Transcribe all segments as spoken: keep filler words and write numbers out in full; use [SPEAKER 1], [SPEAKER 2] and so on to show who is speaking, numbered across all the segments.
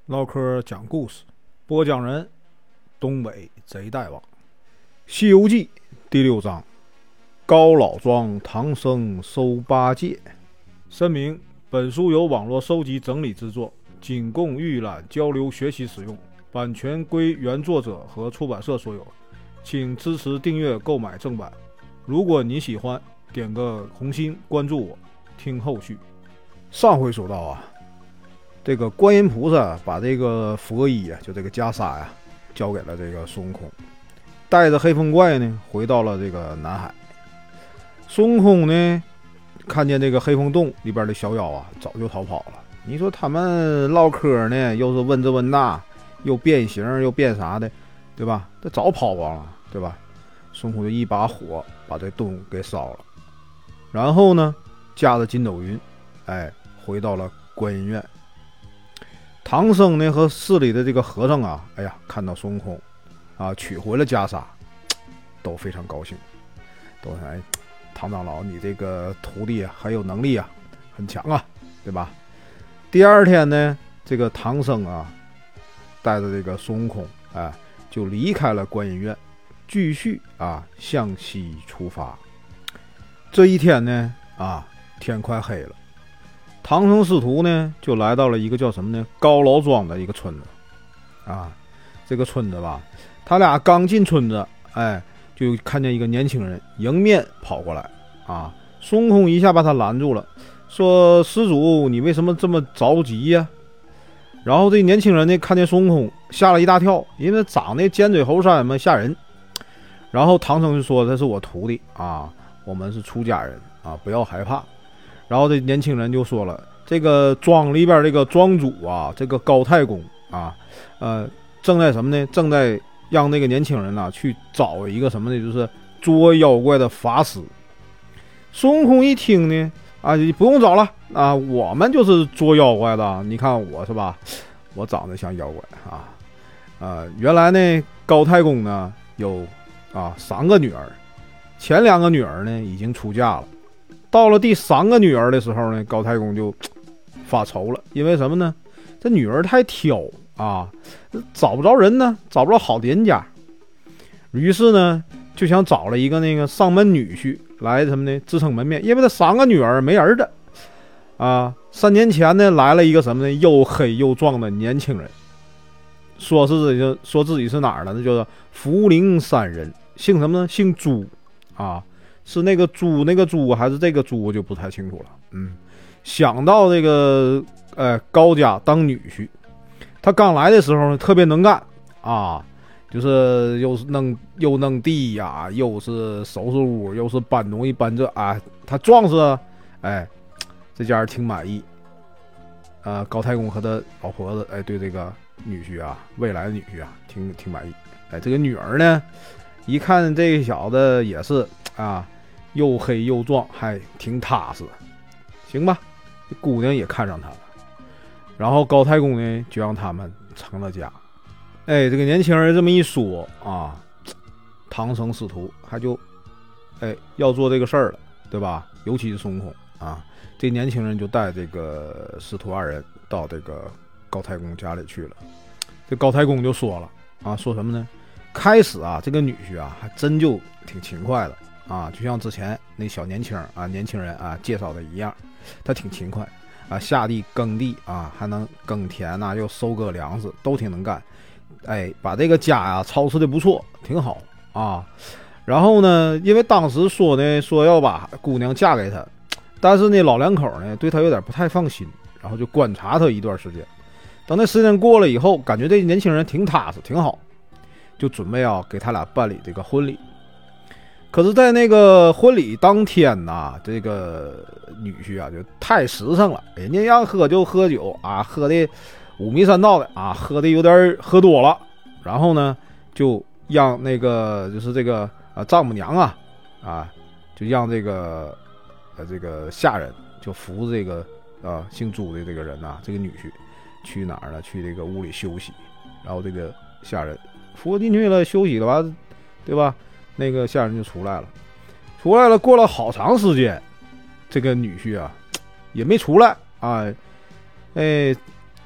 [SPEAKER 1] 唠嗑讲故事，播讲人东北贼大王。西游记第六章，高老庄唐僧收八戒。声明：本书由网络收集整理制作，仅供预览、交流、学习使用，版权归原作者和出版社所有，请支持订阅、购买正版。如果你喜欢，点个红心，关注我，听后续。上回说到啊，这个观音菩萨把这个佛衣啊，就这个袈裟呀，交给了这个孙悟空，带着黑风怪呢，回到了这个南海。孙悟空呢，看见这个黑风洞里边的小妖啊，早就逃跑了。你说他们唠嗑呢，又是问这问那，又变形又变啥的，对吧？这早跑光了，对吧？孙悟空就一把火把这洞给烧了，然后呢，驾着筋斗云，哎，回到了观音院。唐僧呢和寺里的这个和尚啊，哎呀，看到孙悟空啊取回了袈裟，都非常高兴，都说哎，唐长老，你这个徒弟啊很有能力啊，很强啊，对吧？第二天呢，这个唐僧啊带着这个孙悟空，哎，就离开了观音院，继续啊向西出发。这一天呢，啊，天快黑了。唐僧师徒呢，就来到了一个叫什么呢？高老庄的一个村子，啊，这个村子吧，他俩刚进村子，哎，就看见一个年轻人迎面跑过来，啊，孙悟空一下把他拦住了，说：“施主，你为什么这么着急呀？”然后这年轻人呢，看见孙悟空，吓了一大跳，因为长得尖嘴猴腮嘛，吓人。然后唐僧就说：“这是我徒弟啊，我们是出家人啊，不要害怕。”然后这年轻人就说了，这个庄里边这个庄主啊，这个高太公啊，呃，正在什么呢？正在让那个年轻人啊去找一个什么呢？就是捉妖怪的法师。孙悟空一听呢，啊，不用找了啊，我们就是捉妖怪的。你看我是吧？我长得像妖怪啊。呃，原来呢，高太公呢有啊三个女儿，前两个女儿呢已经出嫁了。到了第三个女儿的时候呢，高太公就发愁了，因为什么呢？这女儿太挑啊，找不着人呢，找不着好人家。于是呢，就想找了一个那个上门女婿来什么呢？支撑门面，因为这三个女儿没儿子啊。三年前呢，来了一个什么呢？又黑又壮的年轻人，说是自己说自己是哪儿的？那叫做福陵山人，姓什么呢？姓朱啊。是那个猪那个猪还是这个猪我就不太清楚了。嗯，想到这个呃高家当女婿，他刚来的时候呢特别能干啊，就是又是弄又弄地呀、啊，又是收拾屋，又是搬东西搬这啊，他壮实，哎，这家人挺满意。呃，高太公和他老婆子哎对这个女婿啊，未来的女婿啊，挺挺满意。哎，这个女儿呢，一看这个小子也是啊。又黑又壮，还挺踏实，行吧？这姑娘也看上他了。然后高太公呢，就让他们成了家。哎，这个年轻人这么一说啊，唐僧师徒他就哎要做这个事儿了，对吧？尤其是孙悟空啊，这年轻人就带这个师徒二人到这个高太公家里去了。这高太公就说了啊，说什么呢？开始啊，这个女婿啊，还真就挺勤快的。啊，就像之前那小年轻啊，年轻人啊介绍的一样，他挺勤快啊，下地耕地啊，还能耕田呐、啊，又收割粮食，都挺能干。哎，把这个家呀操持的不错，挺好啊。然后呢，因为当时说呢，说要把姑娘嫁给他，但是呢，老两口呢对他有点不太放心，然后就观察他一段时间。等那时间过了以后，感觉这年轻人挺踏实，挺好，就准备要给他俩办理这个婚礼。可是，在那个婚礼当天呐，这个女婿啊就太实诚了，人家让喝就喝酒啊，喝的五迷三道的啊，喝的有点喝多了，然后呢，就让那个就是这个啊丈母娘啊啊，就让这个呃这个下人就扶着这个呃姓朱的这个人呐、啊，这个女婿去哪儿呢？去这个屋里休息，然后这个下人扶进去了，休息了吧，对吧？那个下人就出来了，出来了，过了好长时间，这个女婿啊也没出来啊，哎，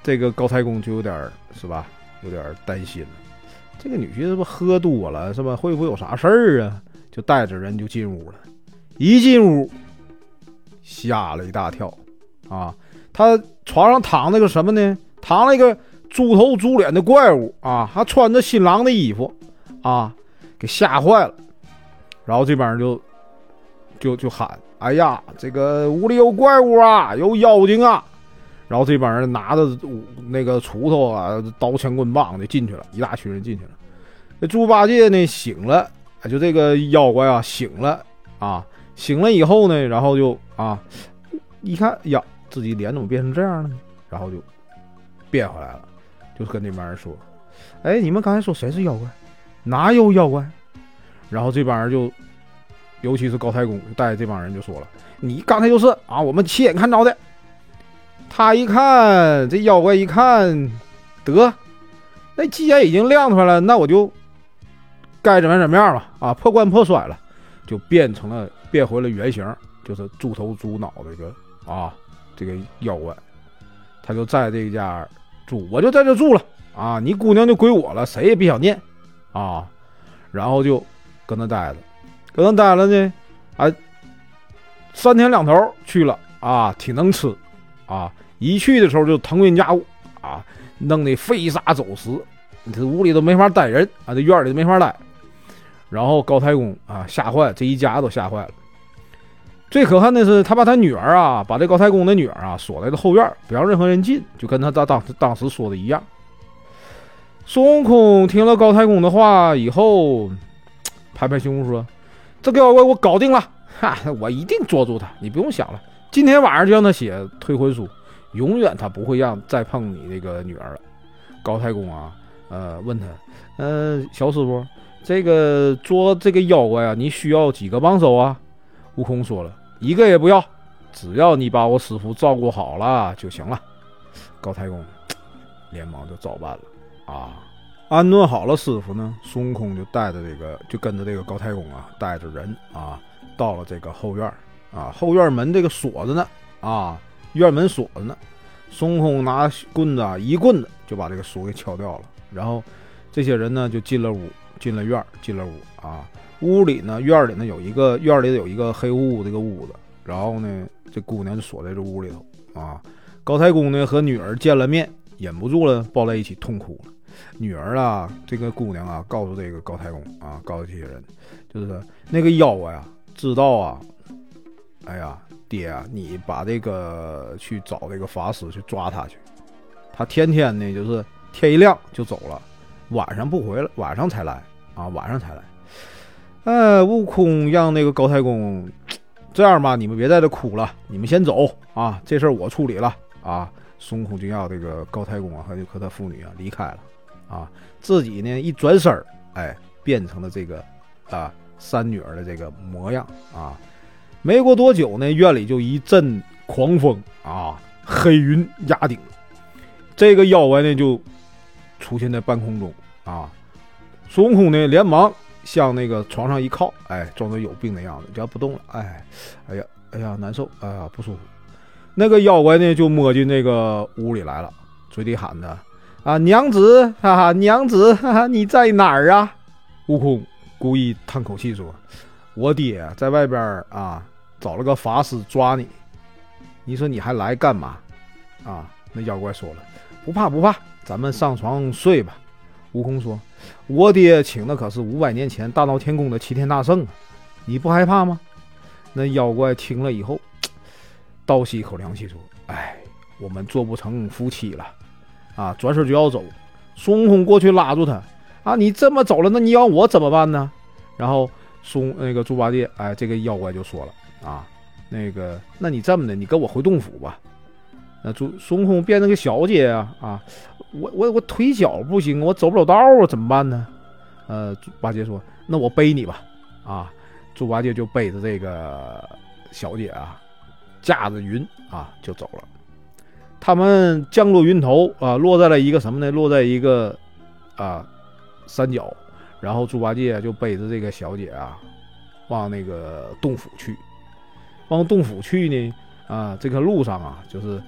[SPEAKER 1] 这个高太公就有点是吧，有点担心了。这个女婿是不是喝多了，是吧？会不会有啥事儿啊？就带着人就进屋了。一进屋，吓了一大跳啊！他床上躺那个什么呢？躺了一个猪头猪脸的怪物啊，还穿着新郎的衣服啊，给吓坏了。然后这帮人就就就喊：“哎呀，这个屋里有怪物啊，有妖精啊！”然后这帮人拿着那个锄头啊、刀枪棍棒的进去了，一大群人进去了。这猪八戒呢醒了，就这个妖怪啊醒了啊，醒了以后呢，然后就啊一看呀，自己脸怎么变成这样了呢？然后就变回来了，就跟这帮人说：“哎，你们刚才说谁是妖怪？哪有妖怪？”然后这帮人就，尤其是高太公带着这帮人就说了：“你刚才就是啊，我们亲眼看着的。”他一看这妖怪一看，得，那既然已经亮出来了，那我就该怎么怎么样了啊，破罐破摔了，就变成了变回了原形，就是猪头猪脑这个啊这个妖怪。他就在这家住，我就在这住了啊，你姑娘就归我了，谁也别想念啊。然后就跟他待着，跟他待了呢，啊，三天两头去了啊，挺能吃啊。一去的时候就腾云驾雾啊，弄得飞沙走石，这屋里都没法待人啊，这院里都没法待。然后高太公啊吓坏，这一家都吓坏了。最可恨的是，他把他女儿啊，把这高太公的女儿啊锁在这后院，不让任何人进，就跟他当当当时说的一样。孙悟空听了高太公的话以后，拍拍胸脯说：“这个妖怪我搞定了，哈，我一定捉住他，你不用想了。今天晚上就让他写退婚书，永远他不会让再碰你那个女儿了。”高太公啊，呃，问他，呃，小师傅，这个捉这个妖怪啊，你需要几个帮手啊？悟空说了，一个也不要，只要你把我师傅照顾好了就行了。高太公连忙就照办了啊。安顿好了师傅呢，孙悟空就带着这个，就跟着这个高太公啊，带着人啊，到了这个后院啊，后院门这个锁着呢啊，院门锁着呢。孙悟空拿棍子啊，一棍子就把这个锁给敲掉了。然后这些人呢就进了屋，进了院，进了屋啊。屋里呢，院里呢有一个院里有一个黑乎乎这个屋子，然后呢，这姑娘就锁在这屋里头啊。高太公呢和女儿见了面，忍不住了，抱在一起痛哭了。女儿啊，这个姑娘啊，告诉这个高太公啊，告诉这些人，就是那个妖怪啊，知道啊，哎呀，爹啊，你把这个去找这个法师去抓他去，他天天呢就是天一亮就走了，晚上不回来，晚上才来啊，晚上才来。呃，悟空让那个高太公这样吧，你们别在这哭了，你们先走啊，这事儿我处理了啊。孙悟空就要这个高太公啊和和他父女啊离开了啊，自己呢一转身，哎，变成了这个啊三女儿的这个模样啊。没过多久呢，院里就一阵狂风啊，黑云压顶，这个妖怪呢就出现在半空中啊。孙悟空呢连忙向那个床上一靠，哎，装作有病的样子，只要不动了，哎，哎呀，哎呀，难受，哎呀，不舒服。那个妖怪呢，就摸进那个屋里来了，嘴里喊的啊，娘子，哈哈，娘子，哈哈，你在哪儿啊？悟空故意叹口气说：“我爹在外边啊，找了个法师抓你，你说你还来干嘛？”啊，那妖怪说了：“不怕不怕，咱们上床睡吧。”悟空说：“我爹请的可是五百年前大闹天宫的齐天大圣啊，你不害怕吗？”那妖怪听了以后，倒吸一口凉气说：“哎，我们做不成夫妻了。”啊，转身就要走。孙悟空过去拉住他：“啊，你这么走了，那你要我怎么办呢？”然后孙那个猪八戒，哎，这个妖怪就说了：“啊，那个，那你这么的，你跟我回洞府吧。”那猪孙悟空变成个小姐啊啊！我我我腿脚不行，我走不了道啊，怎么办呢？呃，猪八戒说：“那我背你吧。”啊，猪八戒就背着这个小姐啊，驾着云啊就走了。他们降落云头啊，落在了一个什么呢？落在一个啊山脚，然后猪八戒就背着这个小姐啊，往那个洞府去。往洞府去呢啊，这个路上啊，就是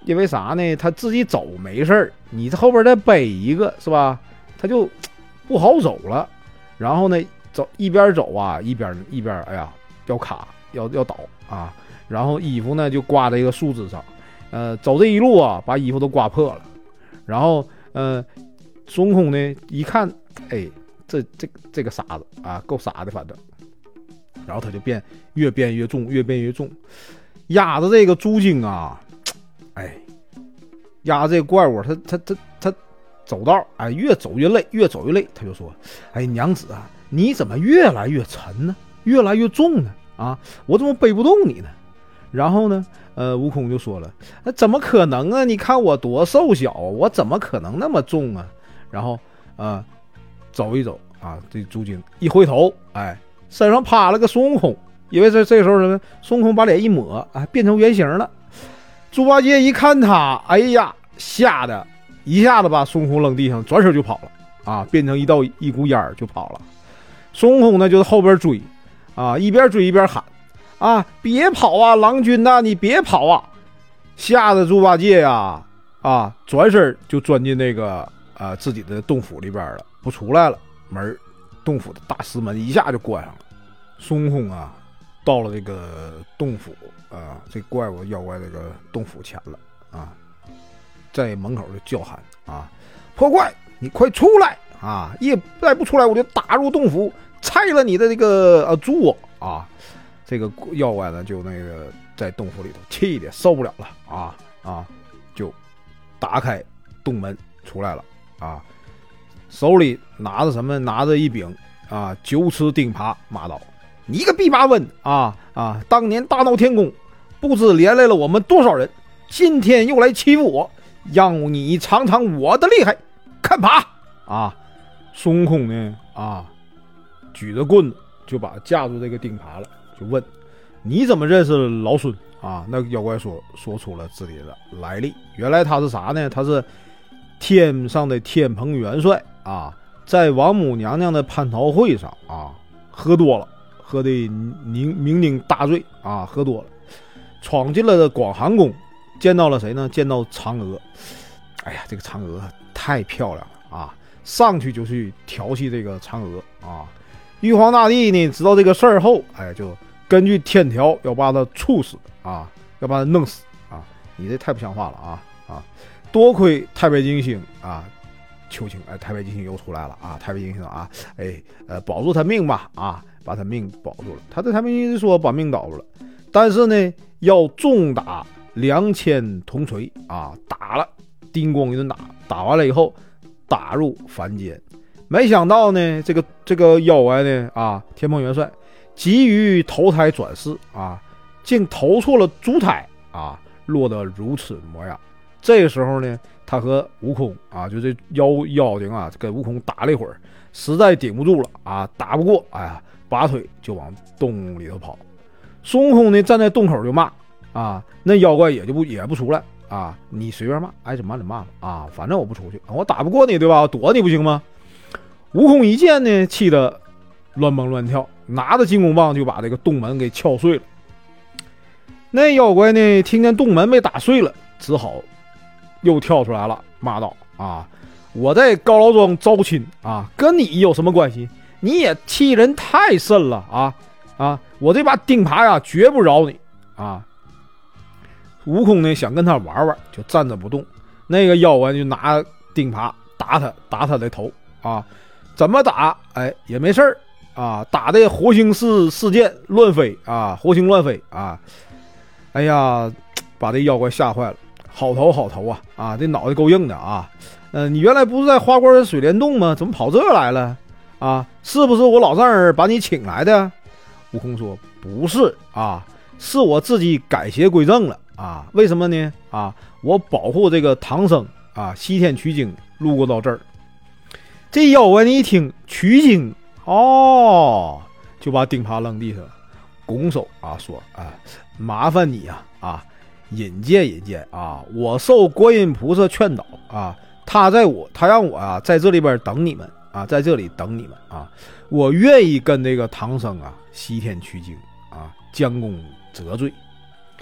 [SPEAKER 1] 因为啥呢？他自己走没事儿，你这后边再背一个是吧？他就不好走了。然后呢，走一边走啊，一边一边哎呀要卡要要倒啊。然后衣服呢就挂在一个树枝上，呃，走这一路啊，把衣服都刮破了。然后呃，孙悟空呢一看，哎，这这这个傻子啊，够傻的，反正。然后他就变越变越重，越变越重，压着这个猪精啊，哎，压着这个怪物，他他他他走道，哎，越走越累，越走越累。他就说：“哎，娘子啊，你怎么越来越沉呢？越来越重呢？啊，我怎么背不动你呢？”然后呢，呃，悟空就说了：“那怎么可能啊？你看我多瘦小啊，我怎么可能那么重啊？”然后，呃，走一走啊，这猪精一回头，哎，身上趴了个孙悟空。因为这这时候什么，孙悟空把脸一抹，啊，变成原形了。猪八戒一看他，哎呀，吓得一下子把孙悟空扔地上，转身就跑了啊，变成一道一股烟就跑了。孙悟空呢就在后边追啊，一边追一边喊啊，别跑啊，郎君呐、啊，你别跑啊！吓得猪八戒呀啊，转身就钻进那个啊自己的洞府里边了，不出来了。门洞府的大石门一下就关上了。孙悟空啊，到了这个洞府啊，这怪物妖怪这个洞府前了啊，在门口就叫喊啊，破怪，你快出来啊！一再不出来，我就打入洞府，拆了你的这个呃猪窝啊！这个妖怪呢，就那个在洞府里头气的受不了了啊啊，就打开洞门出来了啊，手里拿着什么？拿着一柄啊九齿钉耙，骂道：“你个弼马温啊啊！当年大闹天宫，不知连累了我们多少人，今天又来欺负我，让你尝尝我的厉害，看爬！”啊，孙悟空呢啊，举着棍子就把架住这个钉耙了，就问：“你怎么认识老孙？”啊，那个妖怪说说出了自己的来历。原来他是啥呢？他是天上的天蓬元帅啊，在王母娘娘的蟠桃会上啊，喝多了。喝的酩酩酊大醉啊，喝多了，闯进了广寒宫，见到了谁呢？见到嫦娥。哎呀，这个嫦娥太漂亮了啊！上去就去调戏这个嫦娥啊。玉皇大帝呢，知道这个事儿后，哎，就根据天条要把他处死啊，要把他弄死啊！你这太不像话了啊啊！多亏太白金星啊。求情，哎，太白金星又出来了啊！太白金星啊，哎，呃，保住他命吧啊，把他命保住了。他对太白金星说把命保住了，但是呢，要重打两千铜锤啊，打了，叮咣一顿打，打完了以后打入凡间。没想到呢，这个这个妖怪呢啊，天蓬元帅急于投胎转世啊，竟投错了猪胎啊，落得如此模样。这个时候呢，他和悟空啊，就这妖妖精啊，跟悟空打了一会儿，实在顶不住了啊，打不过，哎呀，拔腿就往洞里头跑。孙悟空呢，站在洞口就骂啊，那妖怪也就不也不出来啊，你随便骂，爱怎么骂怎么骂吧啊，反正我不出去，我打不过你对吧？我躲你不行吗？悟空一见呢，气得乱蹦乱跳，拿着金箍棒就把这个洞门给敲碎了。那妖怪呢，听见洞门被打碎了，只好又跳出来了，骂道：“啊，我在高老庄招亲啊，跟你有什么关系？你也欺人太甚了啊啊！我这把钉耙呀，绝不饶你啊！”悟空呢想跟他玩玩，就站着不动。那个妖怪就拿钉耙打他，打他的头啊，怎么打？哎，也没事儿啊，打的活星四四溅乱飞啊，活星乱飞啊！哎呀，把这妖怪吓坏了。好头好头啊啊！这脑袋够硬的啊！呃，你原来不是在花果水帘洞吗？怎么跑这来了？啊，是不是我老丈人把你请来的？悟空说：“不是啊，是我自己改邪归正了啊！为什么呢？啊，我保护这个唐僧啊，西天取经路过到这儿。”这妖怪一听取经哦，就把钉耙扔地上了，拱手啊说：“啊，麻烦你啊啊！”引荐引荐啊！我受观音菩萨劝导啊，他在我他让我啊在这里边等你们啊，在这里等你们啊，我愿意跟这个唐僧啊西天取经啊，将功折罪。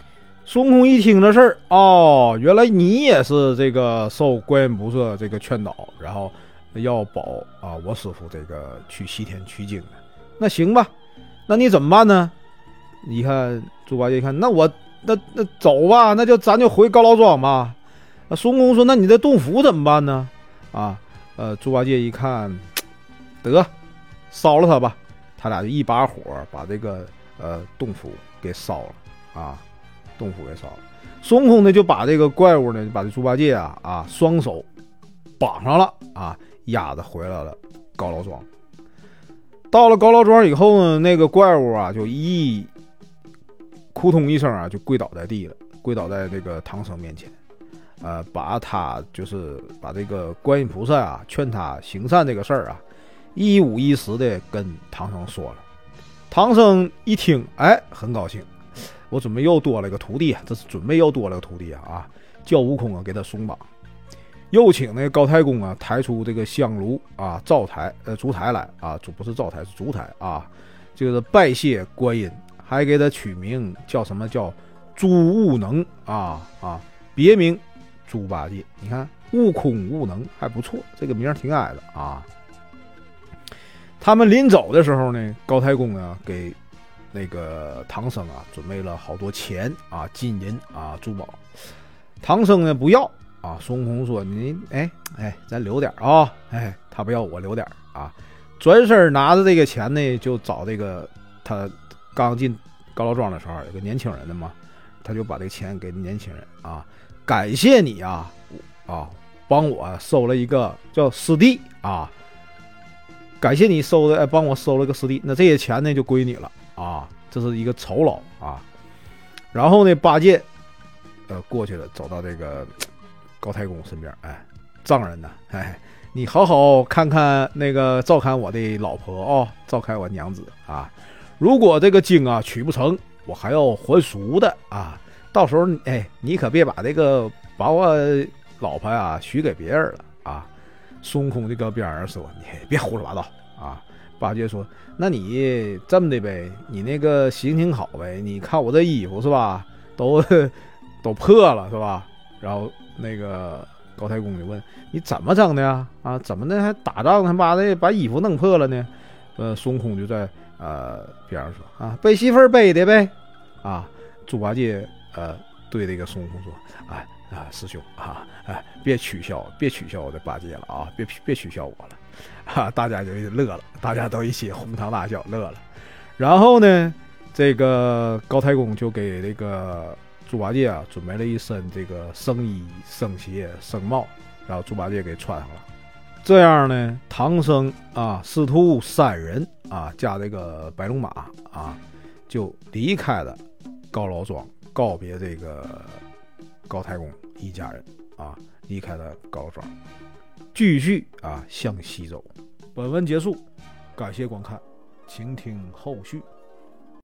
[SPEAKER 1] 孙悟空一听这事儿，哦，原来你也是这个受观音菩萨这个劝导，然后要保啊我师傅这个去西天取经的。那行吧，那你怎么办呢？你看猪八戒一看，那我那那走吧，那就咱就回高老庄吧。那孙悟空说，那你的洞府怎么办呢？啊，呃，猪八戒一看，得烧了他吧，他俩就一把火把这个呃洞府给烧了啊，洞府给烧了。孙悟空呢就把这个怪物呢，就把这猪八戒啊啊双手绑上了啊，压着回来了高老庄。到了高老庄以后呢，那个怪物啊就一扑通一声啊就跪倒在地了，跪倒在这个唐僧面前。呃，把他就是把这个观音菩萨啊劝他行善这个事儿啊，一五一十的跟唐僧说了。唐僧一听，哎，很高兴，我准备又多了个徒弟啊，这是准备又多了个徒弟啊啊，叫悟空啊给他松绑，又请那个高太公啊抬出这个香炉啊灶台呃烛台来啊，不是灶台是烛台啊，就是拜谢观音，还给他取名叫什么叫猪悟能啊啊，别名猪八戒。你看悟空悟能还不错，这个名挺矮的啊。他们临走的时候呢，高太公啊给那个唐僧啊准备了好多钱啊、金银啊、珠宝。唐僧呢不要啊，孙悟空说：“你哎哎，咱留点啊、哦！哎，他不要我留点啊。”转身拿着这个钱呢，就找这个他刚进高老庄的时候有个年轻人的嘛，他就把这个钱给年轻人啊。感谢你啊啊，帮我收了一个叫师弟啊，感谢你收的，帮我收了个师弟，那这些钱呢就归你了啊，这是一个酬劳啊。然后呢，八戒呃过去了，走到这个高太公身边，哎，丈人呢，哎，你好好看看那个照看我的老婆哦，照看我娘子啊。如果这个经啊取不成，我还要还俗的啊。到时候，哎，你可别把这个把我老婆啊许给别人了啊！孙悟空就搁边上说：“你别胡说八道啊！”八戒说：“那你这么的呗，你那个行挺好呗，你看我这衣服是吧，都都破了是吧？”然后那个高太公就问：“你怎么整的呀？啊，怎么的还打仗他妈的把衣服弄破了呢？”呃，孙悟空就在呃边上说：“啊，被媳妇背的呗。”啊，猪八戒。呃，对这个孙悟空说：“哎啊，师兄啊，哎，别取笑，别取笑我的八戒了啊，别别取笑我了。”啊，大家就乐了，大家都一起哄堂大笑乐了。然后呢，这个高太公就给这个猪八戒啊准备了一身这个僧衣、僧鞋、僧帽，然后猪八戒给穿上了。这样呢，唐僧啊师徒三人啊加这个白龙马啊就离开了高老庄。告别这个高太公一家人啊，离开了高庄，继续啊向西走。本文结束，感谢观看，请听后续。